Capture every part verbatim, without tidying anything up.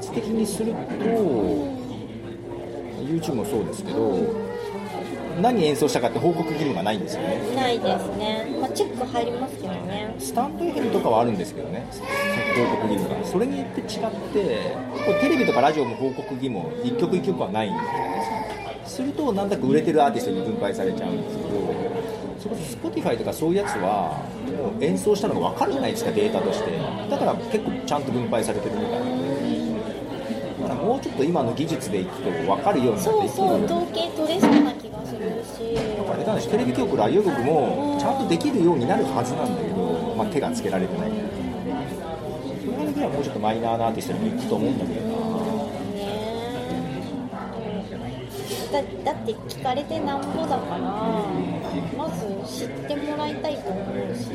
発的にすると YouTube もそうですけど、何演奏したかって報告義務がないんですよね。 ないですね、まあ、チェック入りますけどね。 スタンド エフエム とかはあるんですけどね、報告義務が。それによって違って、こうテレビとかラジオも報告義務一曲一曲はないんですするとなんだか売れてるアーティストに分配されちゃうんですけど、それこそ Spotify とかそういうやつはもう演奏したのが分かるじゃないですか、データとして。だから結構ちゃんと分配されてるみたいな。だからもうちょっと今の技術でいくと分かるようになっていく。 そうそう、統計取れそうな気がするし、 だから下手なしテレビ局、ラジオ局もちゃんとできるようになるはずなんだけど、まあ、手がつけられてない。それだけはもうちょっとマイナーなアーティストにも行くと思うんだけどな。 だ, だって聞かれてなんぼだから、まず知ってもらいたいと思うし、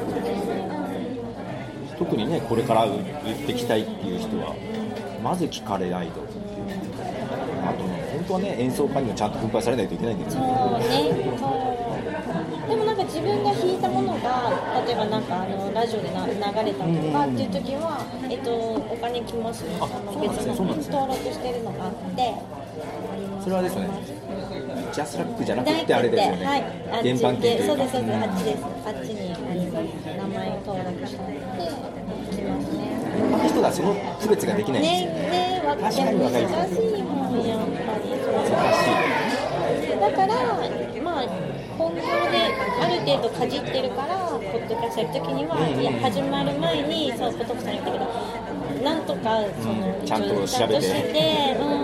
特にねこれから売っていきたいっていう人はまず聞かれないと。あとね、本当はね演奏家にもちゃんと分配されないといけないんだけど、 そうね、そうでもなんか自分が弾いたものが例えばなんかあのラジオでな流れたとかっていう時は、えっと、お金来ますね。あの別の登録してるのがあって、 それはですね、ジャスラックじゃなくてあれですよね、 はい、 原版権というか、 そうですそうです、あっちです、あっちにあります。名前登録して来ますね。 他の人がその区別ができないんですよね。 ね、ね、 確かに分かり難ます。 しいもんやっぱり。 難しい。 だからまあ本業である程度かじってるからポッドキャストやるときには、いや始まる前にそうポトフさん言ったけど、なんとかその、 うん、ちゃんと調べて、 してうん、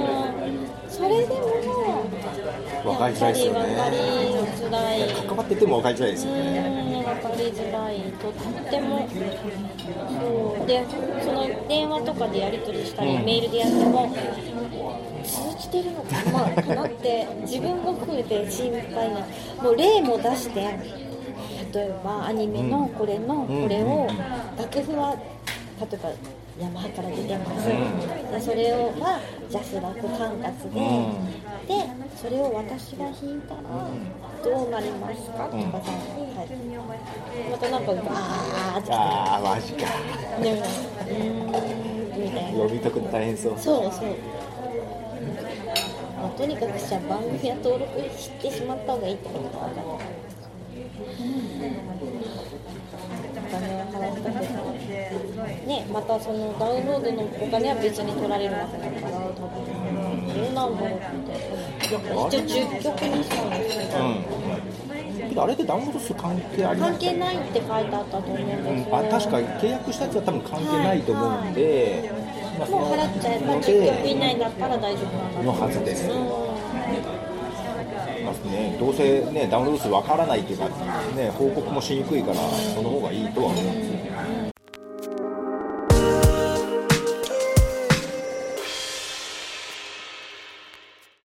それでも分かりづらいですよね。 分かりづらい。 関わってても分かりづらいですよね。 分かりづらい。とってもそうで、その電話とかでやり取りしたり、うん、メールでやっても通じてるのかなって自分も含めて心配な。もう例も出して、例えばアニメのこれのこれを楽譜は例えばヤマハから出てます、うん、でそれをはジャスラック管轄で、うん、でそれを私が弾いたらどうなりますか、うん、とかさ、はい、またなんかあーってあーマジかでもうーんみたいな読み解くの大変そう。 そうそう、まあ、とにかくじゃあ番組は登録してしまった方がいいってことが分かる。お金を払ったけどね、またそのダウンロードのお金は別に取られるわけだから多分どうなんだろうって一応じゅっきょくにしたんですけど、うん、 けどあれってダウンロード数関係ありますか？ 関係ないって書いてあったと思うんですよ、 うん、あ確か契約したやつは多分関係ないと思うんで、 はいはい、もう払っちゃえばじゅっきょく以内だったら大丈夫なんだのはずです、うんね、どうせ、ね、ダウンロード数わからないっていうか、ね、報告もしにくいからその方がいいとは思うんですよ。